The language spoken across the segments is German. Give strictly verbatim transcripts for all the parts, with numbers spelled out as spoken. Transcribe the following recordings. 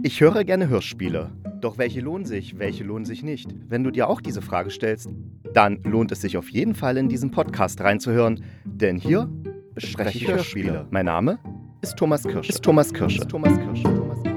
Ich höre gerne Hörspiele. Doch welche lohnen sich, welche lohnen sich nicht? Wenn du dir auch diese Frage stellst, dann lohnt es sich auf jeden Fall in diesen Podcast reinzuhören, denn hier bespreche ich Hörspiele. Mein Name ist Thomas Kirsche. Ist Thomas Kirsche. Ist Thomas Kirsche. Thomas Kirsche.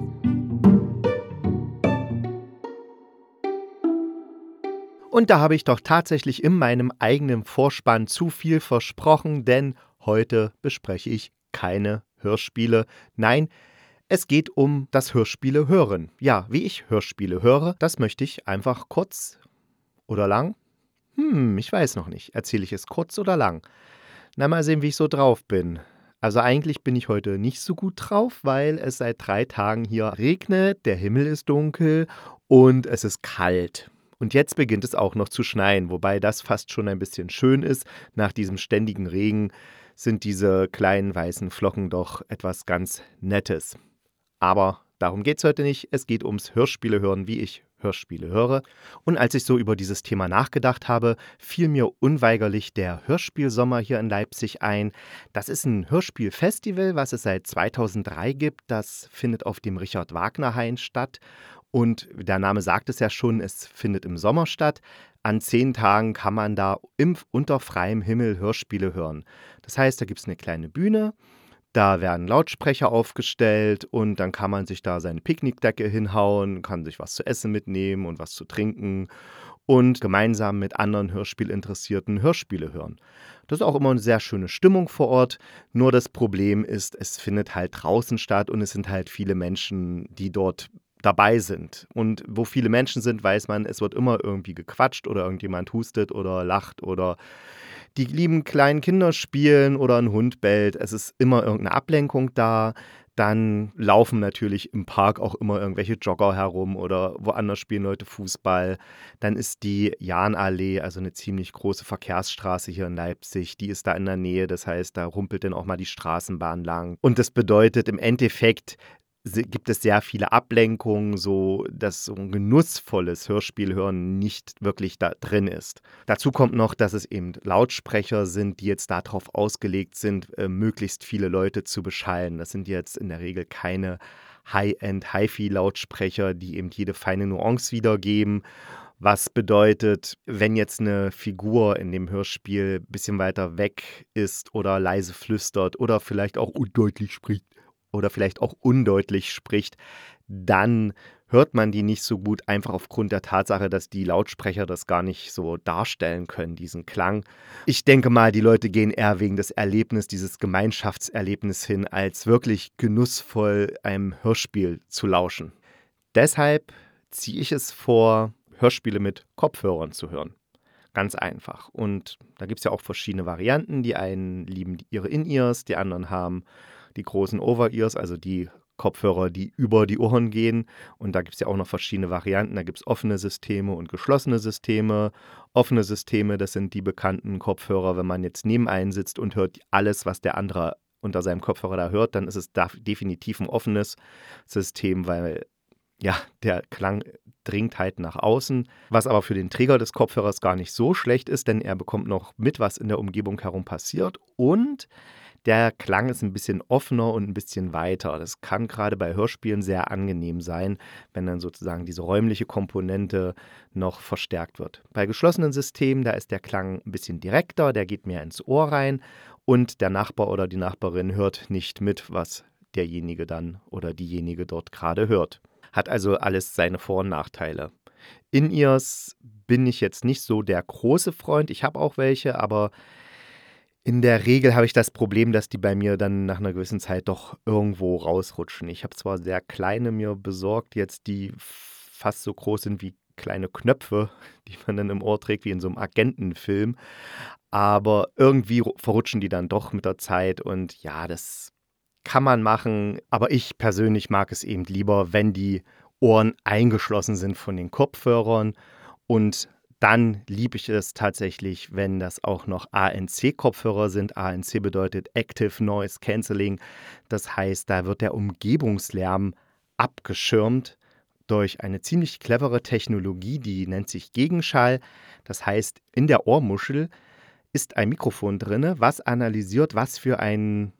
Und da habe ich doch tatsächlich in meinem eigenen Vorspann zu viel versprochen, denn heute bespreche ich keine Hörspiele. Nein, es geht um das Hörspiele hören. Ja, wie ich Hörspiele höre, das möchte ich einfach kurz oder lang. Hm, ich weiß noch nicht. Erzähle ich es kurz oder lang? Na, mal sehen, wie ich so drauf bin. Also eigentlich bin ich heute nicht so gut drauf, weil es seit drei Tagen hier regnet, der Himmel ist dunkel und es ist kalt. Und jetzt beginnt es auch noch zu schneien, wobei das fast schon ein bisschen schön ist. Nach diesem ständigen Regen sind diese kleinen weißen Flocken doch etwas ganz Nettes. Aber darum geht es heute nicht. Es geht ums Hörspiele hören, wie ich Hörspiele höre. Und als ich so über dieses Thema nachgedacht habe, fiel mir unweigerlich der Hörspielsommer hier in Leipzig ein. Das ist ein Hörspielfestival, was es seit zweitausenddrei gibt. Das findet auf dem Richard-Wagner-Hain statt. Und der Name sagt es ja schon, es findet im Sommer statt. An zehn Tagen kann man da im, unter freiem Himmel Hörspiele hören. Das heißt, da gibt es eine kleine Bühne. Da werden Lautsprecher aufgestellt und dann kann man sich da seine Picknickdecke hinhauen, kann sich was zu essen mitnehmen und was zu trinken und gemeinsam mit anderen Hörspielinteressierten Hörspiele hören. Das ist auch immer eine sehr schöne Stimmung vor Ort, nur das Problem ist, es findet halt draußen statt und es sind halt viele Menschen, die dort dabei sind. Und wo viele Menschen sind, weiß man, es wird immer irgendwie gequatscht oder irgendjemand hustet oder lacht oder die lieben kleinen Kinder spielen oder ein Hund bellt. Es ist immer irgendeine Ablenkung da. Dann laufen natürlich im Park auch immer irgendwelche Jogger herum oder woanders spielen Leute Fußball. Dann ist die Jahnallee, also eine ziemlich große Verkehrsstraße hier in Leipzig, die ist da in der Nähe. Das heißt, da rumpelt dann auch mal die Straßenbahn lang. Und das bedeutet im Endeffekt, gibt es sehr viele Ablenkungen, so dass so ein genussvolles Hörspielhören nicht wirklich da drin ist. Dazu kommt noch, dass es eben Lautsprecher sind, die jetzt darauf ausgelegt sind, äh, möglichst viele Leute zu beschallen. Das sind jetzt in der Regel keine High-End, Hi-Fi-Lautsprecher, die eben jede feine Nuance wiedergeben. Was bedeutet, wenn jetzt eine Figur in dem Hörspiel ein bisschen weiter weg ist oder leise flüstert oder vielleicht auch undeutlich spricht, oder vielleicht auch undeutlich spricht, dann hört man die nicht so gut, einfach aufgrund der Tatsache, dass die Lautsprecher das gar nicht so darstellen können, diesen Klang. Ich denke mal, die Leute gehen eher wegen des Erlebnisses, dieses Gemeinschaftserlebnis hin, als wirklich genussvoll einem Hörspiel zu lauschen. Deshalb ziehe ich es vor, Hörspiele mit Kopfhörern zu hören. Ganz einfach. Und da gibt es ja auch verschiedene Varianten. Die einen lieben ihre In-Ears, die anderen haben die großen Over-Ears, also die Kopfhörer, die über die Ohren gehen. Und da gibt es ja auch noch verschiedene Varianten. Da gibt es offene Systeme und geschlossene Systeme. Offene Systeme, das sind die bekannten Kopfhörer, wenn man jetzt neben einen sitzt und hört alles, was der andere unter seinem Kopfhörer da hört, dann ist es da definitiv ein offenes System, weil ja, der Klang dringt halt nach außen, was aber für den Träger des Kopfhörers gar nicht so schlecht ist, denn er bekommt noch mit, was in der Umgebung herum passiert und der Klang ist ein bisschen offener und ein bisschen weiter. Das kann gerade bei Hörspielen sehr angenehm sein, wenn dann sozusagen diese räumliche Komponente noch verstärkt wird. Bei geschlossenen Systemen, da ist der Klang ein bisschen direkter, der geht mehr ins Ohr rein und der Nachbar oder die Nachbarin hört nicht mit, was derjenige dann oder diejenige dort gerade hört. Hat also alles seine Vor- und Nachteile. In-Ears bin ich jetzt nicht so der große Freund. Ich habe auch welche, aber in der Regel habe ich das Problem, dass die bei mir dann nach einer gewissen Zeit doch irgendwo rausrutschen. Ich habe zwar sehr kleine mir besorgt, jetzt die fast so groß sind wie kleine Knöpfe, die man dann im Ohr trägt, wie in so einem Agentenfilm, aber irgendwie verrutschen die dann doch mit der Zeit und ja, das kann man machen, aber ich persönlich mag es eben lieber, wenn die Ohren eingeschlossen sind von den Kopfhörern und dann liebe ich es tatsächlich, wenn das auch noch A N C-Kopfhörer sind. A N C bedeutet Active Noise Cancelling. Das heißt, da wird der Umgebungslärm abgeschirmt durch eine ziemlich clevere Technologie, die nennt sich Gegenschall. Das heißt, in der Ohrmuschel ist ein Mikrofon drin, was analysiert, was für ein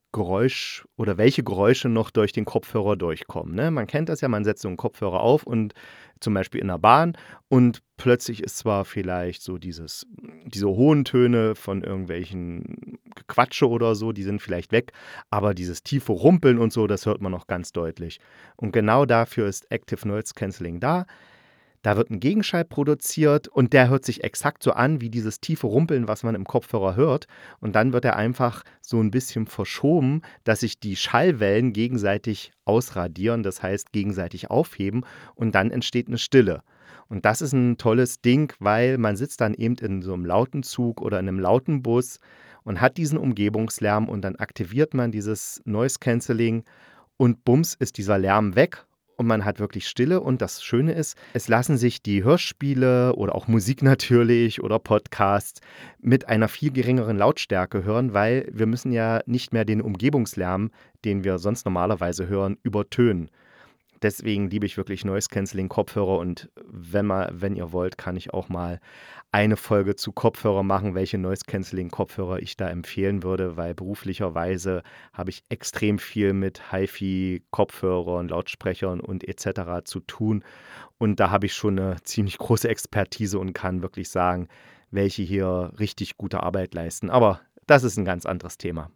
Geräusch oder welche Geräusche noch durch den Kopfhörer durchkommen. Ne? Man kennt das ja, man setzt so einen Kopfhörer auf und zum Beispiel in der Bahn und plötzlich ist zwar vielleicht so dieses, diese hohen Töne von irgendwelchen Gequatsche oder so, die sind vielleicht weg, aber dieses tiefe Rumpeln und so, das hört man noch ganz deutlich. Und genau dafür ist Active Noise Cancelling da. Da wird ein Gegenschall produziert und der hört sich exakt so an wie dieses tiefe Rumpeln, was man im Kopfhörer hört. Und dann wird er einfach so ein bisschen verschoben, dass sich die Schallwellen gegenseitig ausradieren, das heißt gegenseitig aufheben und dann entsteht eine Stille. Und das ist ein tolles Ding, weil man sitzt dann eben in so einem lauten Zug oder in einem lauten Bus und hat diesen Umgebungslärm und dann aktiviert man dieses Noise Cancelling und bums ist dieser Lärm weg. Und man hat wirklich Stille und das Schöne ist, es lassen sich die Hörspiele oder auch Musik natürlich oder Podcasts mit einer viel geringeren Lautstärke hören, weil wir müssen ja nicht mehr den Umgebungslärm, den wir sonst normalerweise hören, übertönen. Deswegen liebe ich wirklich Noise-Canceling-Kopfhörer und wenn, mal, wenn ihr wollt, kann ich auch mal eine Folge zu Kopfhörer machen, welche Noise-Canceling-Kopfhörer ich da empfehlen würde, weil beruflicherweise habe ich extrem viel mit Hi-Fi-Kopfhörern, Lautsprechern und et cetera zu tun und da habe ich schon eine ziemlich große Expertise und kann wirklich sagen, welche hier richtig gute Arbeit leisten. Aber das ist ein ganz anderes Thema.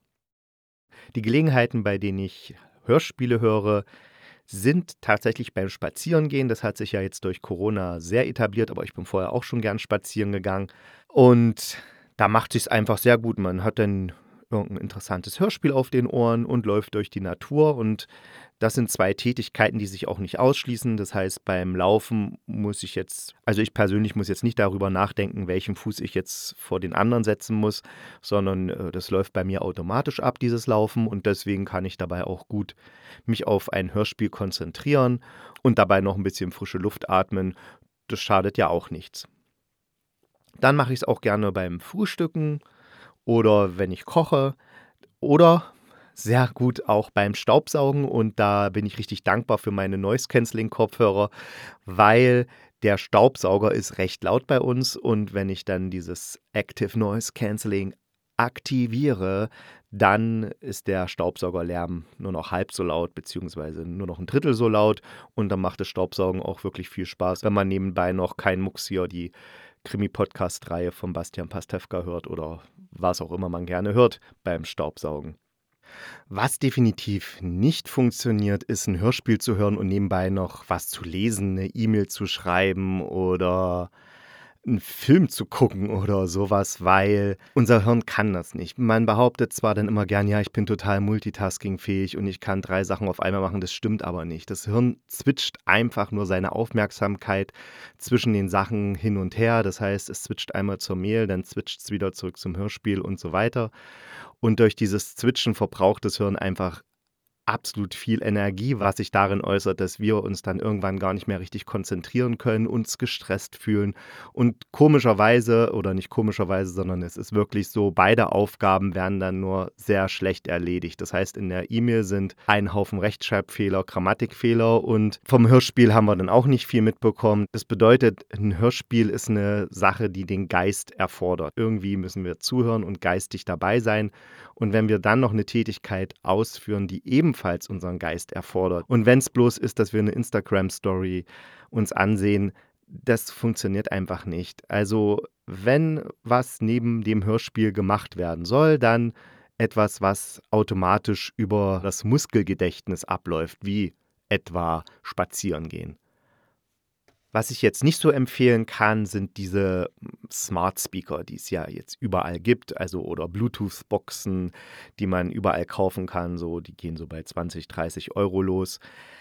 Die Gelegenheiten, bei denen ich Hörspiele höre, sind tatsächlich beim Spazierengehen. Das hat sich ja jetzt durch Corona sehr etabliert, aber ich bin vorher auch schon gern spazieren gegangen. Und da macht es sich einfach sehr gut. Man hat dann irgendein interessantes Hörspiel auf den Ohren und läuft durch die Natur. Und das sind zwei Tätigkeiten, die sich auch nicht ausschließen. Das heißt, beim Laufen muss ich jetzt, also ich persönlich muss jetzt nicht darüber nachdenken, welchen Fuß ich jetzt vor den anderen setzen muss, sondern äh, das läuft bei mir automatisch ab, dieses Laufen. Und deswegen kann ich dabei auch gut mich auf ein Hörspiel konzentrieren und dabei noch ein bisschen frische Luft atmen. Das schadet ja auch nichts. Dann mache ich es auch gerne beim Frühstücken oder wenn ich koche oder sehr gut auch beim Staubsaugen und da bin ich richtig dankbar für meine Noise-Canceling-Kopfhörer, weil der Staubsauger ist recht laut bei uns und wenn ich dann dieses Active Noise Cancelling aktiviere, dann ist der Staubsaugerlärm nur noch halb so laut, beziehungsweise nur noch ein Drittel so laut und dann macht das Staubsaugen auch wirklich viel Spaß, wenn man nebenbei noch kein Mucks hier die Krimi-Podcast-Reihe von Bastian Pastewka hört oder was auch immer man gerne hört beim Staubsaugen. Was definitiv nicht funktioniert, ist ein Hörspiel zu hören und nebenbei noch was zu lesen, eine E-Mail zu schreiben oder einen Film zu gucken oder sowas, weil unser Hirn kann das nicht. Man behauptet zwar dann immer gern, ja, ich bin total multitaskingfähig und ich kann drei Sachen auf einmal machen, das stimmt aber nicht. Das Hirn switcht einfach nur seine Aufmerksamkeit zwischen den Sachen hin und her. Das heißt, es switcht einmal zur Mail, dann switcht es wieder zurück zum Hörspiel und so weiter. Und durch dieses Switchen verbraucht das Hirn einfach absolut viel Energie, was sich darin äußert, dass wir uns dann irgendwann gar nicht mehr richtig konzentrieren können, uns gestresst fühlen und komischerweise, oder nicht komischerweise, sondern es ist wirklich so, beide Aufgaben werden dann nur sehr schlecht erledigt. Das heißt, in der E-Mail sind ein Haufen Rechtschreibfehler, Grammatikfehler und vom Hörspiel haben wir dann auch nicht viel mitbekommen. Das bedeutet, ein Hörspiel ist eine Sache, die den Geist erfordert. Irgendwie müssen wir zuhören und geistig dabei sein. Und wenn wir dann noch eine Tätigkeit ausführen, die ebenfalls unseren Geist erfordert, und wenn es bloß ist, dass wir eine Instagram-Story uns ansehen, das funktioniert einfach nicht. Also wenn was neben dem Hörspiel gemacht werden soll, dann etwas, was automatisch über das Muskelgedächtnis abläuft, wie etwa spazieren gehen. Was ich jetzt nicht so empfehlen kann, sind diese Smart Speaker, die es ja jetzt überall gibt, also oder Bluetooth-Boxen, die man überall kaufen kann, so, die gehen so bei zwanzig, dreißig Euro los.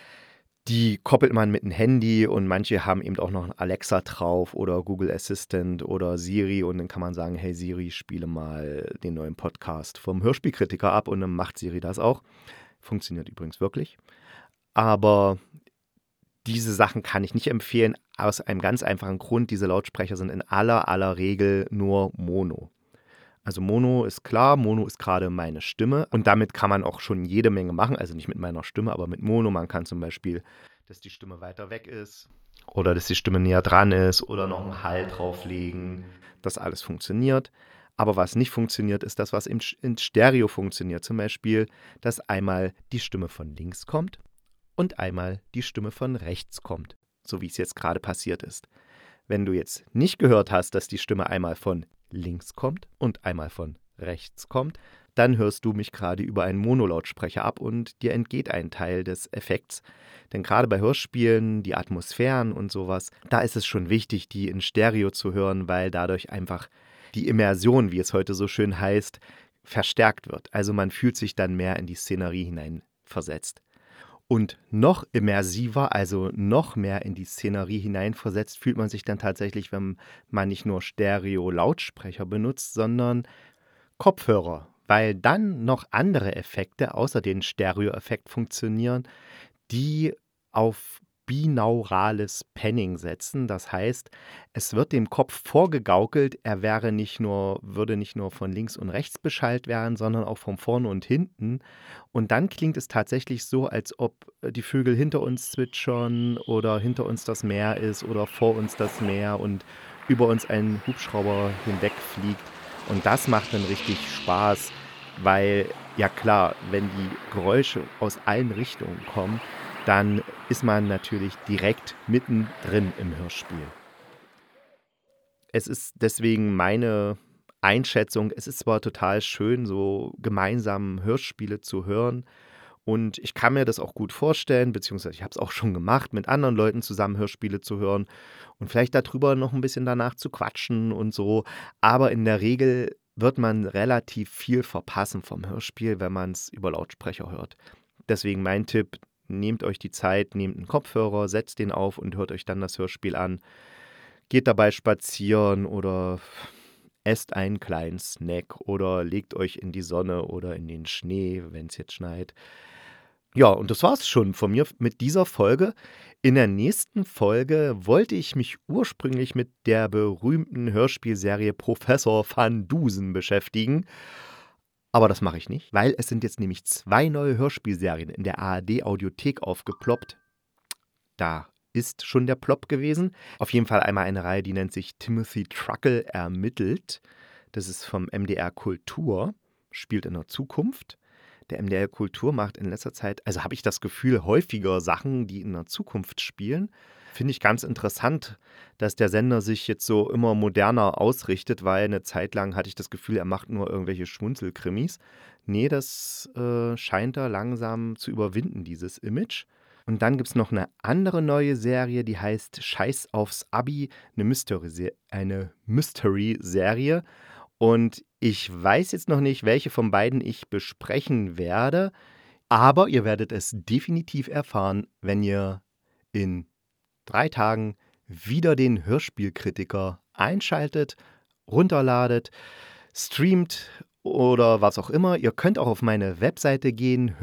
Die koppelt man mit einem Handy und manche haben eben auch noch ein Alexa drauf oder Google Assistant oder Siri und dann kann man sagen, hey Siri, spiele mal den neuen Podcast vom Hörspielkritiker ab und dann macht Siri das auch. Funktioniert übrigens wirklich. Aber diese Sachen kann ich nicht empfehlen, aus einem ganz einfachen Grund. Diese Lautsprecher sind in aller, aller Regel nur Mono. Also Mono ist klar, Mono ist gerade meine Stimme und damit kann man auch schon jede Menge machen, also nicht mit meiner Stimme, aber mit Mono. Man kann zum Beispiel, dass die Stimme weiter weg ist oder dass die Stimme näher dran ist oder noch einen Hall drauflegen. Das alles funktioniert. Aber was nicht funktioniert, ist das, was im, in Stereo funktioniert. Zum Beispiel, dass einmal die Stimme von links kommt und einmal die Stimme von rechts kommt, so wie es jetzt gerade passiert ist. Wenn du jetzt nicht gehört hast, dass die Stimme einmal von links kommt und einmal von rechts kommt, dann hörst du mich gerade über einen Monolautsprecher ab und dir entgeht ein Teil des Effekts. Denn gerade bei Hörspielen, die Atmosphären und sowas, da ist es schon wichtig, die in Stereo zu hören, weil dadurch einfach die Immersion, wie es heute so schön heißt, verstärkt wird. Also man fühlt sich dann mehr in die Szenerie hineinversetzt. Und noch immersiver, also noch mehr in die Szenerie hineinversetzt, fühlt man sich dann tatsächlich, wenn man nicht nur Stereo-Lautsprecher benutzt, sondern Kopfhörer, weil dann noch andere Effekte außer den Stereo-Effekt funktionieren, die auf binaurales Panning setzen. Das heißt, es wird dem Kopf vorgegaukelt, er wäre nicht nur, würde nicht nur von links und rechts beschallt werden, sondern auch von vorne und hinten. Und dann klingt es tatsächlich so, als ob die Vögel hinter uns zwitschern oder hinter uns das Meer ist oder vor uns das Meer und über uns ein Hubschrauber hinwegfliegt. Und das macht dann richtig Spaß, weil, ja klar, wenn die Geräusche aus allen Richtungen kommen, dann ist man natürlich direkt mittendrin im Hörspiel. Es ist deswegen meine Einschätzung, es ist zwar total schön, so gemeinsam Hörspiele zu hören, und ich kann mir das auch gut vorstellen, beziehungsweise ich habe es auch schon gemacht, mit anderen Leuten zusammen Hörspiele zu hören und vielleicht darüber noch ein bisschen danach zu quatschen und so. Aber in der Regel wird man relativ viel verpassen vom Hörspiel, wenn man es über Lautsprecher hört. Deswegen mein Tipp, nehmt euch die Zeit, nehmt einen Kopfhörer, setzt den auf und hört euch dann das Hörspiel an. Geht dabei spazieren oder esst einen kleinen Snack oder legt euch in die Sonne oder in den Schnee, wenn es jetzt schneit. Ja, und das war's schon von mir mit dieser Folge. In der nächsten Folge wollte ich mich ursprünglich mit der berühmten Hörspielserie Professor Van Dusen beschäftigen. Aber das mache ich nicht, weil es sind jetzt nämlich zwei neue Hörspielserien in der A R D-Audiothek aufgeploppt. Da ist schon der Plop gewesen. Auf jeden Fall einmal eine Reihe, die nennt sich Timothy Truckle ermittelt. Das ist vom M D R Kultur, spielt in der Zukunft. Der M D R Kultur macht in letzter Zeit, also habe ich das Gefühl, häufiger Sachen, die in der Zukunft spielen. Finde ich ganz interessant, dass der Sender sich jetzt so immer moderner ausrichtet, weil eine Zeit lang hatte ich das Gefühl, er macht nur irgendwelche Schmunzelkrimis. Nee, das äh, scheint er langsam zu überwinden, dieses Image. Und dann gibt es noch eine andere neue Serie, die heißt Scheiß aufs Abi, eine Mystery- eine Mystery-Serie. Und ich weiß jetzt noch nicht, welche von beiden ich besprechen werde, aber ihr werdet es definitiv erfahren, wenn ihr in drei Tagen wieder den Hörspielkritiker einschaltet, runterladet, streamt oder was auch immer. Ihr könnt auch auf meine Webseite gehen,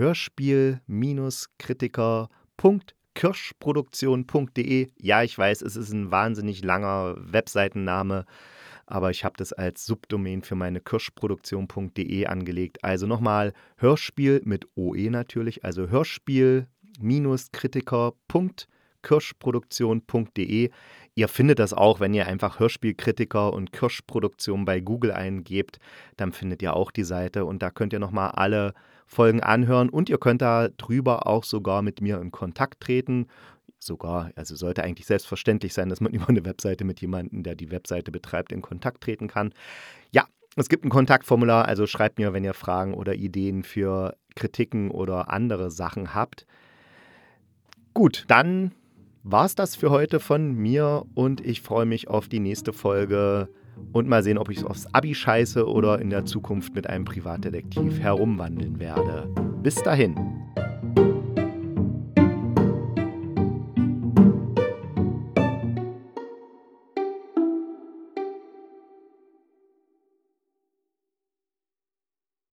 hörspiel-kritiker punkt kirschproduktion punkt de. Ja, ich weiß, es ist ein wahnsinnig langer Webseitenname, aber ich habe das als Subdomain für meine kirschproduktion punkt de angelegt. Also nochmal Hörspiel mit O E natürlich, also hörspiel-kritiker punkt kirschproduktion punkt de. Ihr findet das auch, wenn ihr einfach Hörspielkritiker und Kirschproduktion bei Google eingebt, dann findet ihr auch die Seite und da könnt ihr nochmal alle Folgen anhören und ihr könnt da drüber auch sogar mit mir in Kontakt treten. Sogar, also sollte eigentlich selbstverständlich sein, dass man über eine Webseite mit jemandem, der die Webseite betreibt, in Kontakt treten kann. Ja, es gibt ein Kontaktformular, also schreibt mir, wenn ihr Fragen oder Ideen für Kritiken oder andere Sachen habt. Gut, dann war es das für heute von mir und ich freue mich auf die nächste Folge und mal sehen, ob ich es aufs Abi scheiße oder in der Zukunft mit einem Privatdetektiv herumwandeln werde. Bis dahin.